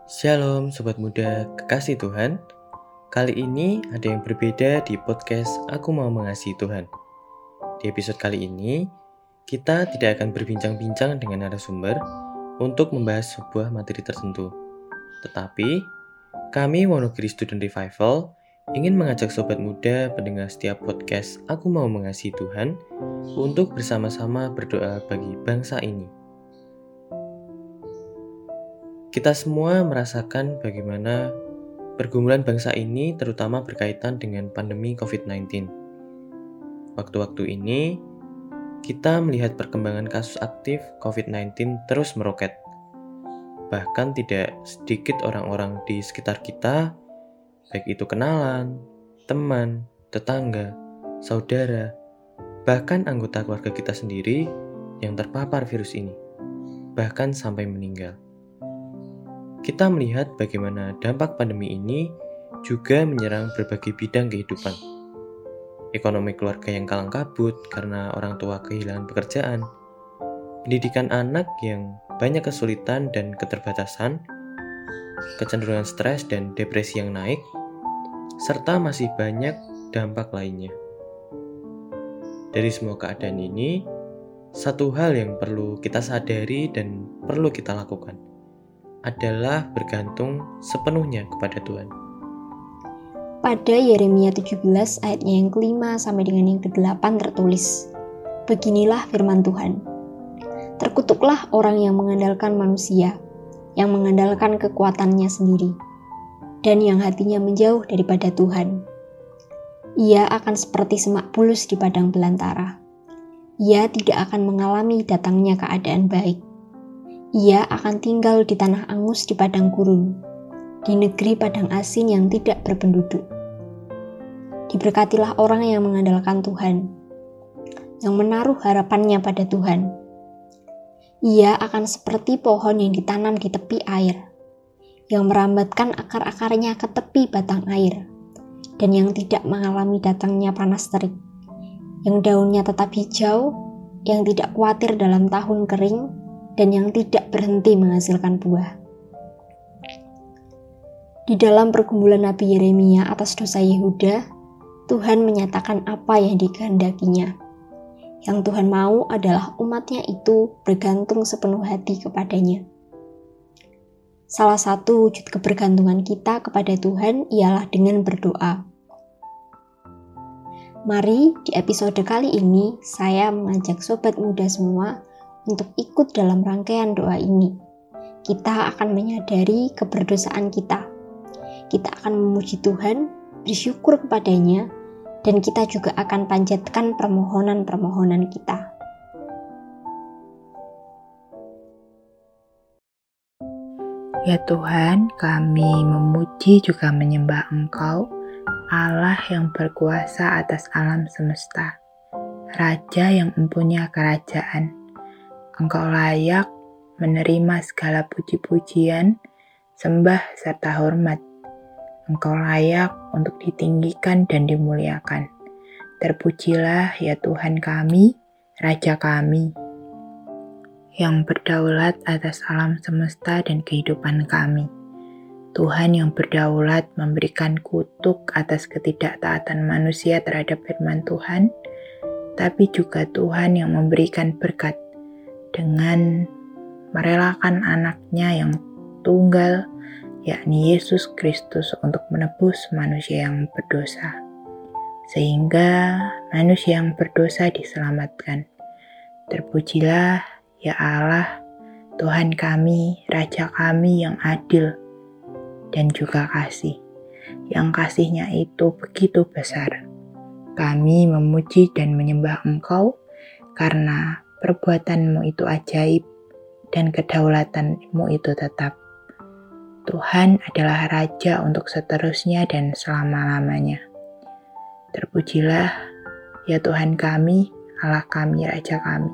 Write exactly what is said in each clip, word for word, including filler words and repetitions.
Shalom Sobat Muda Kekasih Tuhan. Kali ini ada yang berbeda di podcast Aku Mau Mengasihi Tuhan. Di episode kali ini, kita tidak akan berbincang-bincang dengan narasumber untuk membahas sebuah materi tertentu. Tetapi, kami Wonogiri Student Revival ingin mengajak Sobat Muda pendengar setiap podcast Aku Mau Mengasihi Tuhan untuk bersama-sama berdoa bagi bangsa ini. Kita semua merasakan bagaimana pergumulan bangsa ini terutama berkaitan dengan pandemi covid sembilan belas. Waktu-waktu ini, kita melihat perkembangan kasus aktif covid sembilan belas terus meroket. Bahkan tidak sedikit orang-orang di sekitar kita, baik itu kenalan, teman, tetangga, saudara, bahkan anggota keluarga kita sendiri yang terpapar virus ini, bahkan sampai meninggal. Kita melihat bagaimana dampak pandemi ini juga menyerang berbagai bidang kehidupan. Ekonomi keluarga yang kalang kabut karena orang tua kehilangan pekerjaan, pendidikan anak yang banyak kesulitan dan keterbatasan, kecenderungan stres dan depresi yang naik, serta masih banyak dampak lainnya. Dari semua keadaan ini, satu hal yang perlu kita sadari dan perlu kita lakukan adalah bergantung sepenuhnya kepada Tuhan. Pada Yeremia tujuh belas ayatnya yang kelima sampai dengan yang kedelapan tertulis, beginilah firman Tuhan. Terkutuklah orang yang mengandalkan manusia, yang mengandalkan kekuatannya sendiri, dan yang hatinya menjauh daripada Tuhan. Ia akan seperti semak bulus di padang belantara. Ia tidak akan mengalami datangnya keadaan baik. Ia akan tinggal di tanah angus di padang gurun, di negeri padang asin yang tidak berpenduduk. Diberkatilah orang yang mengandalkan Tuhan, yang menaruh harapannya pada Tuhan. Ia akan seperti pohon yang ditanam di tepi air, yang merambatkan akar-akarnya ke tepi batang air, dan yang tidak mengalami datangnya panas terik, yang daunnya tetap hijau, yang tidak khawatir dalam tahun kering, dan yang tidak berhenti menghasilkan buah. Di dalam pergumulan Nabi Yeremia atas dosa Yehuda, Tuhan menyatakan apa yang dikehendakinya. Yang Tuhan mau adalah umatnya itu bergantung sepenuh hati kepadanya. Salah satu wujud kebergantungan kita kepada Tuhan ialah dengan berdoa. Mari di episode kali ini saya mengajak sobat muda semua untuk ikut dalam rangkaian doa ini. Kita akan menyadari keberdosaan kita. Kita akan memuji Tuhan, bersyukur kepadanya, dan kita juga akan panjatkan permohonan-permohonan kita. Ya Tuhan, kami memuji juga menyembah Engkau, Allah yang berkuasa atas alam semesta, Raja yang mempunyai kerajaan. Engkau layak menerima segala puji-pujian, sembah serta hormat. Engkau layak untuk ditinggikan dan dimuliakan. Terpujilah ya Tuhan kami, Raja kami, yang berdaulat atas alam semesta dan kehidupan kami. Tuhan yang berdaulat memberikan kutuk atas ketidaktaatan manusia terhadap firman Tuhan, tapi juga Tuhan yang memberikan berkat dengan merelakan anaknya yang tunggal, yakni Yesus Kristus untuk menebus manusia yang berdosa. Sehingga manusia yang berdosa diselamatkan. Terpujilah ya Allah, Tuhan kami, Raja kami yang adil dan juga kasih. Yang kasihnya itu begitu besar. Kami memuji dan menyembah Engkau karena perbuatanmu itu ajaib dan kedaulatanmu itu tetap. Tuhan adalah Raja untuk seterusnya dan selama-lamanya. Terpujilah ya Tuhan kami, Allah kami, Raja kami.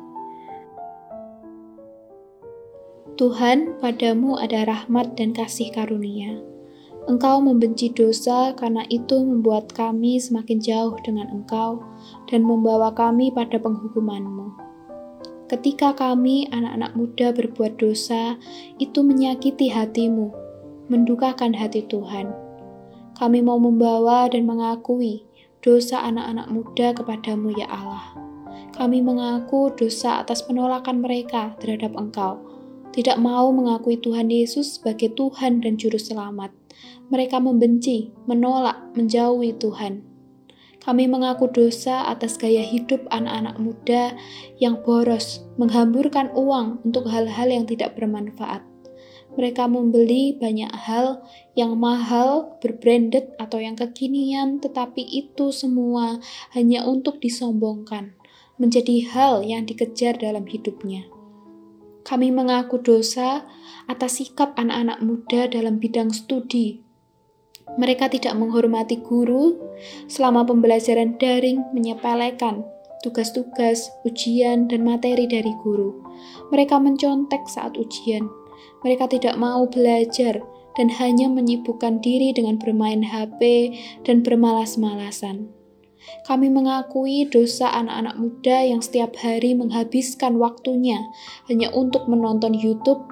Tuhan, padamu ada rahmat dan kasih karunia. Engkau membenci dosa, karena itu membuat kami semakin jauh dengan Engkau dan membawa kami pada penghukuman-Mu. Ketika kami, anak-anak muda, berbuat dosa, itu menyakiti hati-Mu. mendukakan hati Tuhan. Kami mau membawa dan mengakui dosa anak-anak muda kepadamu ya Allah. Kami mengaku dosa atas penolakan mereka terhadap Engkau, tidak mau mengakui Tuhan Yesus sebagai Tuhan dan Juru Selamat. Mereka membenci, menolak, menjauhi Tuhan. Kami mengaku dosa atas gaya hidup anak-anak muda yang boros, menghamburkan uang untuk hal-hal yang tidak bermanfaat. Mereka membeli banyak hal yang mahal, berbranded atau yang kekinian, tetapi itu semua hanya untuk disombongkan, menjadi hal yang dikejar dalam hidupnya. Kami mengaku dosa atas sikap anak-anak muda dalam bidang studi. Mereka tidak menghormati guru selama pembelajaran daring, menyepelekan tugas-tugas, ujian, dan materi dari guru. Mereka mencontek saat ujian. Mereka tidak mau belajar dan hanya menyibukkan diri dengan bermain H P dan bermalas-malasan. Kami mengakui dosa anak-anak muda yang setiap hari menghabiskan waktunya hanya untuk menonton YouTube,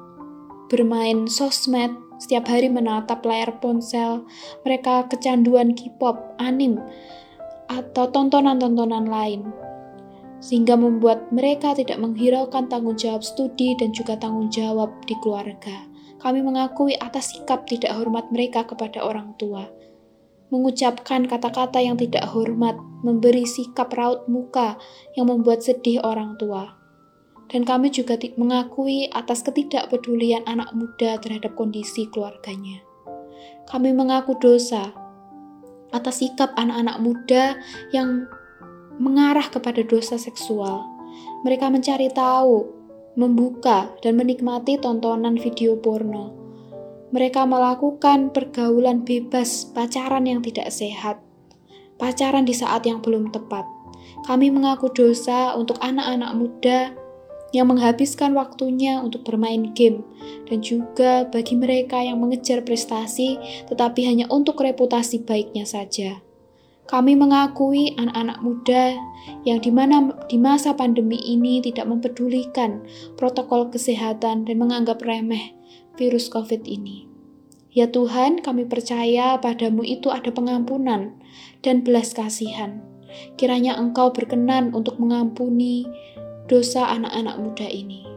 bermain sosmed, setiap hari menatap layar ponsel. Mereka kecanduan K-pop, anime, atau tontonan-tontonan lain, sehingga membuat mereka tidak menghiraukan tanggung jawab studi dan juga tanggung jawab di keluarga. Kami mengakui atas sikap tidak hormat mereka kepada orang tua, mengucapkan kata-kata yang tidak hormat, memberi sikap raut muka yang membuat sedih orang tua. Dan kami juga mengakui atas ketidakpedulian anak muda terhadap kondisi keluarganya. Kami mengaku dosa atas sikap anak-anak muda yang mengarah kepada dosa seksual. Mereka mencari tahu, membuka, dan menikmati tontonan video porno. Mereka melakukan pergaulan bebas, pacaran yang tidak sehat, pacaran di saat yang belum tepat. Kami mengaku dosa untuk anak-anak muda yang menghabiskan waktunya untuk bermain game, dan juga bagi mereka yang mengejar prestasi tetapi hanya untuk reputasi baiknya saja. Kami mengakui anak-anak muda yang di mana di masa pandemi ini tidak mempedulikan protokol kesehatan dan menganggap remeh virus COVID ini. Ya Tuhan, kami percaya padamu itu ada pengampunan dan belas kasihan. Kiranya Engkau berkenan untuk mengampuni dosa anak-anak muda ini.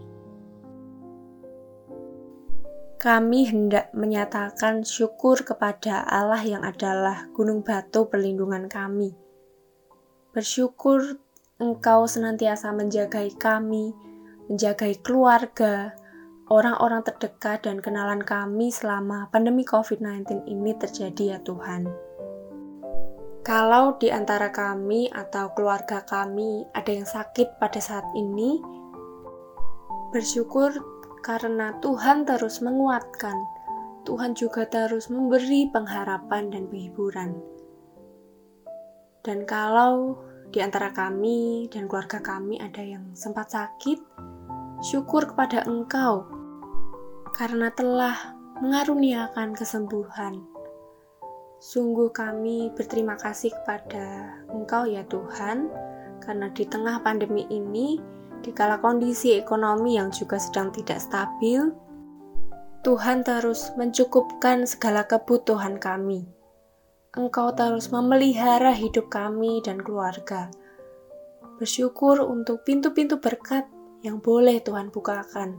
Kami hendak menyatakan syukur kepada Allah yang adalah gunung batu perlindungan kami. Bersyukur Engkau senantiasa menjagai kami, menjagai keluarga, orang-orang terdekat dan kenalan kami selama pandemi covid sembilan belas ini terjadi ya Tuhan. Kalau di antara kami atau keluarga kami ada yang sakit pada saat ini, bersyukur karena Tuhan terus menguatkan, Tuhan juga terus memberi pengharapan dan penghiburan. Dan kalau di antara kami dan keluarga kami ada yang sempat sakit, syukur kepada Engkau, karena telah mengaruniakan kesembuhan. Sungguh kami berterima kasih kepada Engkau ya Tuhan, karena di tengah pandemi ini, di kala kondisi ekonomi yang juga sedang tidak stabil, Tuhan terus mencukupkan segala kebutuhan kami. Engkau terus memelihara hidup kami dan keluarga. Bersyukur untuk pintu-pintu berkat yang boleh Tuhan bukakan.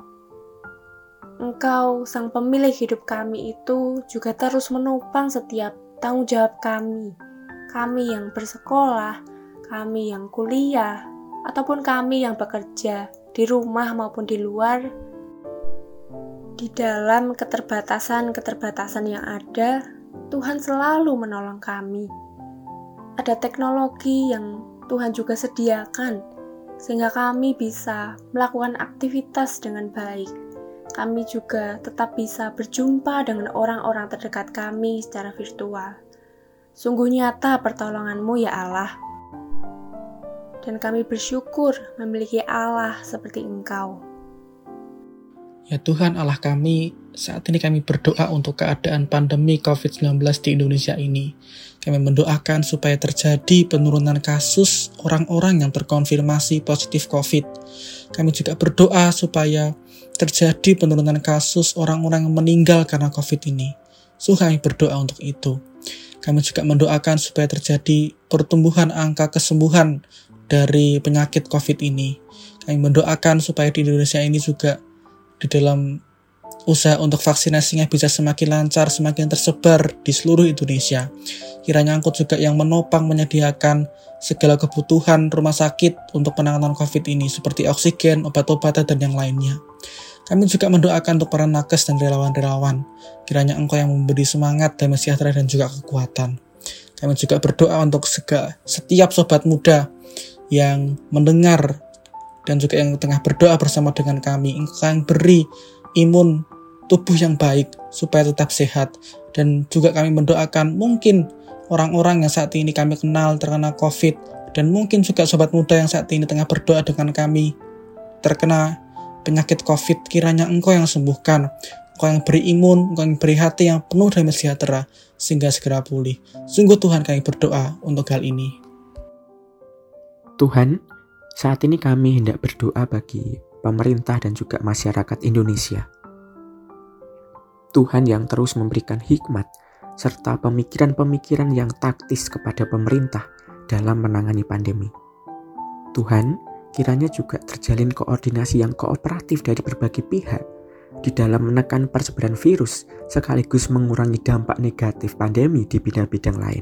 Engkau, Sang Pemilik hidup kami itu juga terus menopang setiap tanggung jawab kami. Kami yang bersekolah, kami yang kuliah, ataupun kami yang bekerja di rumah maupun di luar. Di dalam keterbatasan-keterbatasan yang ada, Tuhan selalu menolong kami. Ada teknologi yang Tuhan juga sediakan, sehingga kami bisa melakukan aktivitas dengan baik. Kami juga tetap bisa berjumpa dengan orang-orang terdekat kami secara virtual. Sungguh nyata pertolongan-Mu ya Allah. Dan kami bersyukur memiliki Allah seperti Engkau. Ya Tuhan Allah kami, saat ini kami berdoa untuk keadaan pandemi covid sembilan belas di Indonesia ini. Kami mendoakan supaya terjadi penurunan kasus orang-orang yang terkonfirmasi positif COVID. Kami juga berdoa supaya terjadi penurunan kasus orang-orang yang meninggal karena COVID ini. So, kami berdoa untuk itu. Kami juga mendoakan supaya terjadi pertumbuhan angka kesembuhan dari penyakit COVID ini. Kami mendoakan supaya di Indonesia ini juga di dalam usaha untuk vaksinasinya bisa semakin lancar, semakin tersebar di seluruh Indonesia. Kiranya Engkau juga yang menopang menyediakan segala kebutuhan rumah sakit untuk penanganan COVID ini, seperti oksigen, obat-obatan, dan yang lainnya. Kami juga mendoakan untuk para nakes dan relawan-relawan. Kiranya Engkau yang memberi semangat, damai sejahtera, dan juga kekuatan. Kami juga berdoa untuk sega, setiap sobat muda yang mendengar dan juga yang tengah berdoa bersama dengan kami. Engkau yang beri imun tubuh yang baik supaya tetap sehat. Dan juga kami mendoakan mungkin orang-orang yang saat ini kami kenal terkena COVID, dan mungkin juga sobat muda yang saat ini tengah berdoa dengan kami terkena penyakit COVID. Kiranya Engkau yang sembuhkan, Engkau yang beri imun, Engkau yang beri hati yang penuh damai sejahtera sehingga segera pulih. Sungguh Tuhan, kami berdoa untuk hal ini. Tuhan, saat ini kami hendak berdoa bagi pemerintah dan juga masyarakat Indonesia. Tuhan yang terus memberikan hikmat serta pemikiran-pemikiran yang taktis kepada pemerintah dalam menangani pandemi. Tuhan, kiranya juga terjalin koordinasi yang kooperatif dari berbagai pihak di dalam menekan persebaran virus sekaligus mengurangi dampak negatif pandemi di bidang-bidang lain.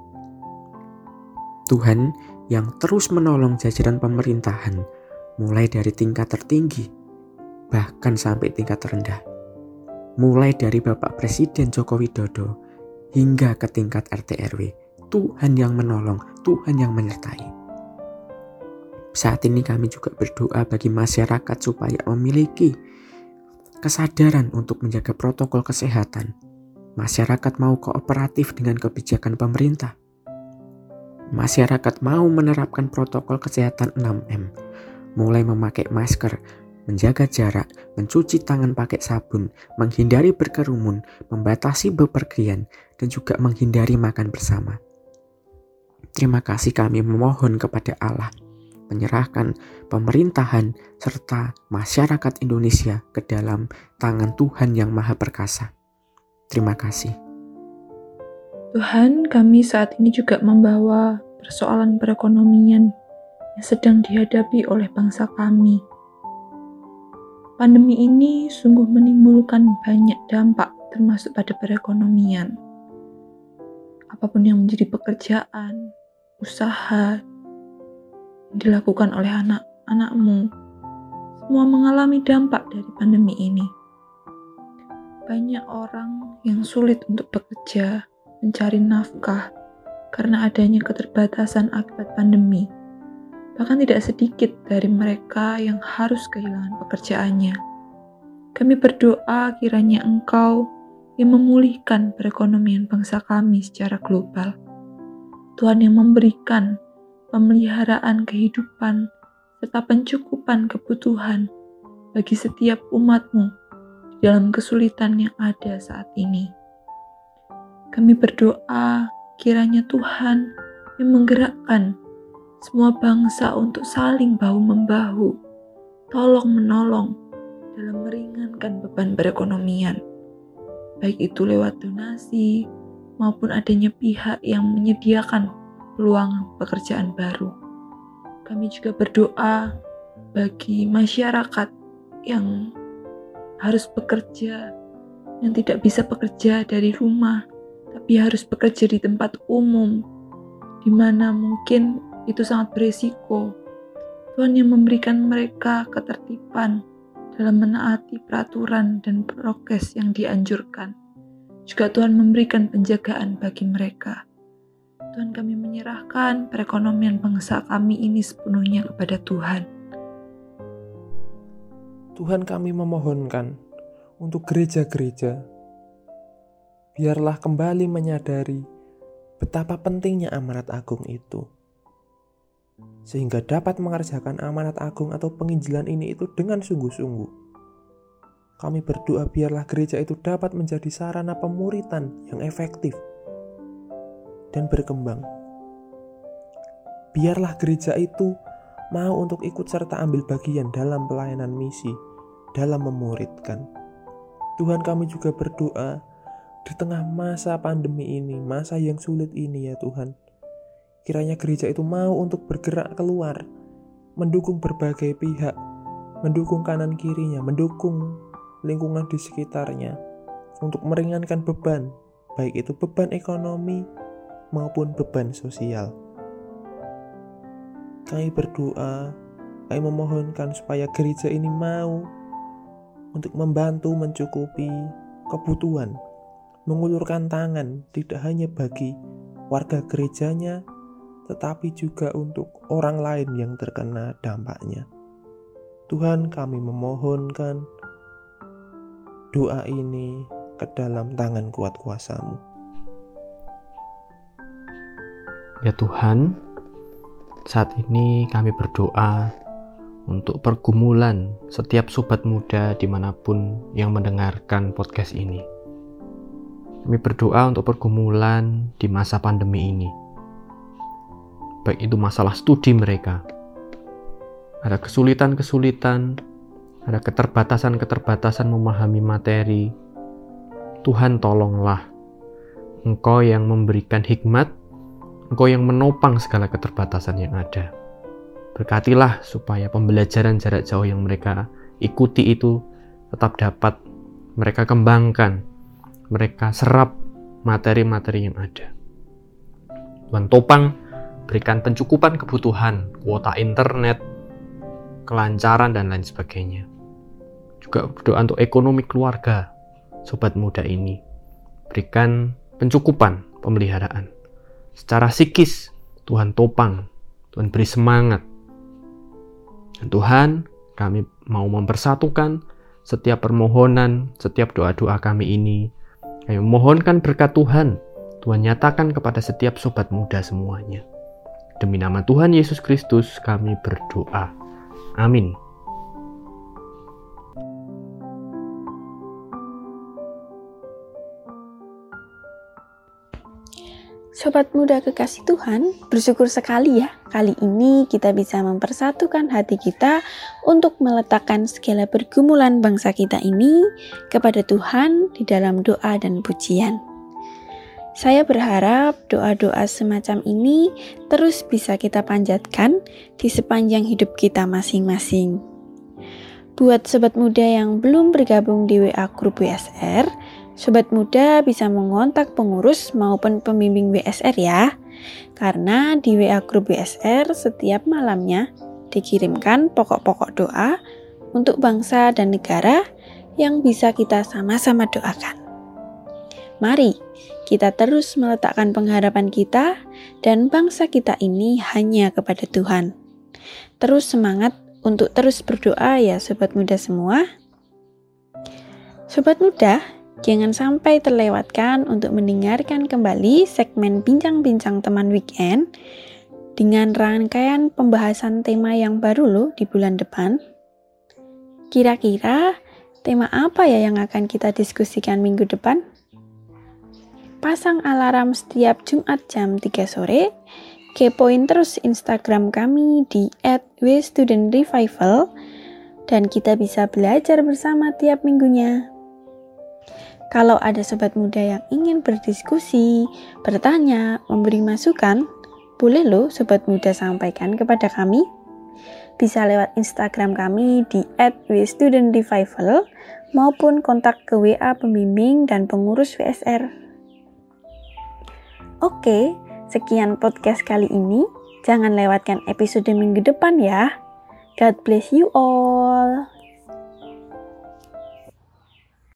Tuhan yang terus menolong jajaran pemerintahan mulai dari tingkat tertinggi bahkan sampai tingkat terendah. Mulai dari Bapak Presiden Joko Widodo hingga ke tingkat R T R W. Tuhan yang menolong, Tuhan yang menyertai. Saat ini kami juga berdoa bagi masyarakat supaya memiliki kesadaran untuk menjaga protokol kesehatan. Masyarakat mau kooperatif dengan kebijakan pemerintah. Masyarakat mau menerapkan protokol kesehatan enam M, mulai memakai masker, menjaga jarak, mencuci tangan pakai sabun, menghindari berkerumun, membatasi bepergian, dan juga menghindari makan bersama. Terima kasih kami memohon kepada Allah, menyerahkan pemerintahan serta masyarakat Indonesia ke dalam tangan Tuhan yang Maha Perkasa. Terima kasih. Tuhan, kami saat ini juga membawa persoalan perekonomian yang sedang dihadapi oleh bangsa kami. Pandemi ini sungguh menimbulkan banyak dampak termasuk pada perekonomian. Apapun yang menjadi pekerjaan, usaha yang dilakukan oleh anak-anakmu, semua mengalami dampak dari pandemi ini. Banyak orang yang sulit untuk bekerja, mencari nafkah karena adanya keterbatasan akibat pandemi. Bahkan tidak sedikit dari mereka yang harus kehilangan pekerjaannya. Kami berdoa kiranya Engkau yang memulihkan perekonomian bangsa kami secara global. Tuhan yang memberikan pemeliharaan kehidupan serta pencukupan kebutuhan bagi setiap umat-Mu di dalam kesulitan yang ada saat ini. Kami berdoa kiranya Tuhan yang menggerakkan semua bangsa untuk saling bahu-membahu, tolong-menolong dalam meringankan beban perekonomian, baik itu lewat donasi maupun adanya pihak yang menyediakan peluang pekerjaan baru. Kami juga berdoa bagi masyarakat yang harus bekerja, yang tidak bisa bekerja dari rumah, tapi harus bekerja di tempat umum, di mana mungkin itu sangat beresiko. Tuhan yang memberikan mereka ketertiban dalam menaati peraturan dan prokes yang dianjurkan. Juga Tuhan memberikan penjagaan bagi mereka. Tuhan, kami menyerahkan perekonomian bangsa kami ini sepenuhnya kepada Tuhan. Tuhan, kami memohonkan untuk gereja-gereja, biarlah kembali menyadari betapa pentingnya amanat agung itu, sehingga dapat mengerjakan amanat agung atau penginjilan ini itu dengan sungguh-sungguh. Kami berdoa biarlah gereja itu dapat menjadi sarana pemuritan yang efektif dan berkembang. Biarlah gereja itu mau untuk ikut serta ambil bagian dalam pelayanan misi dalam memuridkan. Tuhan, kami juga berdoa di tengah masa pandemi ini, masa yang sulit ini ya Tuhan. Kiranya gereja itu mau untuk bergerak keluar, mendukung berbagai pihak, mendukung kanan kirinya, mendukung lingkungan di sekitarnya, untuk meringankan beban, baik itu beban ekonomi maupun beban sosial. Kami berdoa, kami memohonkan supaya gereja ini mau untuk membantu mencukupi kebutuhan, mengulurkan tangan tidak hanya bagi warga gerejanya, tetapi juga untuk orang lain yang terkena dampaknya. Tuhan, kami memohonkan doa ini ke dalam tangan kuat kuasa-Mu. Ya Tuhan, saat ini kami berdoa untuk pergumulan setiap sobat muda dimanapun yang mendengarkan podcast ini. Kami berdoa untuk pergumulan di masa pandemi ini. Baik itu masalah studi mereka, ada kesulitan-kesulitan, ada keterbatasan-keterbatasan memahami materi. Tuhan, tolonglah. Engkau yang memberikan hikmat, Engkau yang menopang segala keterbatasan yang ada. Berkatilah supaya pembelajaran jarak jauh yang mereka ikuti itu tetap dapat mereka kembangkan, mereka serap materi-materi yang ada. Tuhan, topang, berikan pencukupan kebutuhan, kuota internet, kelancaran, dan lain sebagainya. Juga berdoa untuk ekonomi keluarga sobat muda ini. Berikan pencukupan, pemeliharaan. Secara psikis, Tuhan topang, Tuhan beri semangat. Dan Tuhan, kami mau mempersatukan setiap permohonan, setiap doa-doa kami ini. Kami memohonkan berkat Tuhan, Tuhan nyatakan kepada setiap sobat muda semuanya. Demi nama Tuhan Yesus Kristus kami berdoa. Amin. Sobat muda kekasih Tuhan, bersyukur sekali ya kali ini kita bisa mempersatukan hati kita untuk meletakkan segala pergumulan bangsa kita ini kepada Tuhan di dalam doa dan pujian. Saya berharap doa-doa semacam ini terus bisa kita panjatkan di sepanjang hidup kita masing-masing. Buat sobat muda yang belum bergabung di W A Grup W S R, sobat muda bisa mengontak pengurus maupun pembimbing W S R ya. Karena di W A Grup W S R setiap malamnya dikirimkan pokok-pokok doa untuk bangsa dan negara yang bisa kita sama-sama doakan. Mari kita terus meletakkan pengharapan kita dan bangsa kita ini hanya kepada Tuhan. Terus semangat untuk terus berdoa ya sobat muda semua. Sobat muda, jangan sampai terlewatkan untuk mendengarkan kembali segmen Bincang-Bincang Teman Weekend dengan rangkaian pembahasan tema yang baru loh di bulan depan. Kira-kira tema apa ya yang akan kita diskusikan minggu depan? Pasang alarm setiap Jumat jam tiga sore, kepoin terus Instagram kami di et w student revival, dan kita bisa belajar bersama tiap minggunya. Kalau ada sobat muda yang ingin berdiskusi, bertanya, memberi masukan, boleh loh sobat muda sampaikan kepada kami. Bisa lewat Instagram kami di et w student revival maupun kontak ke W A pembimbing dan pengurus W S R. Oke, sekian podcast kali ini. Jangan lewatkan episode minggu depan ya. God bless you all.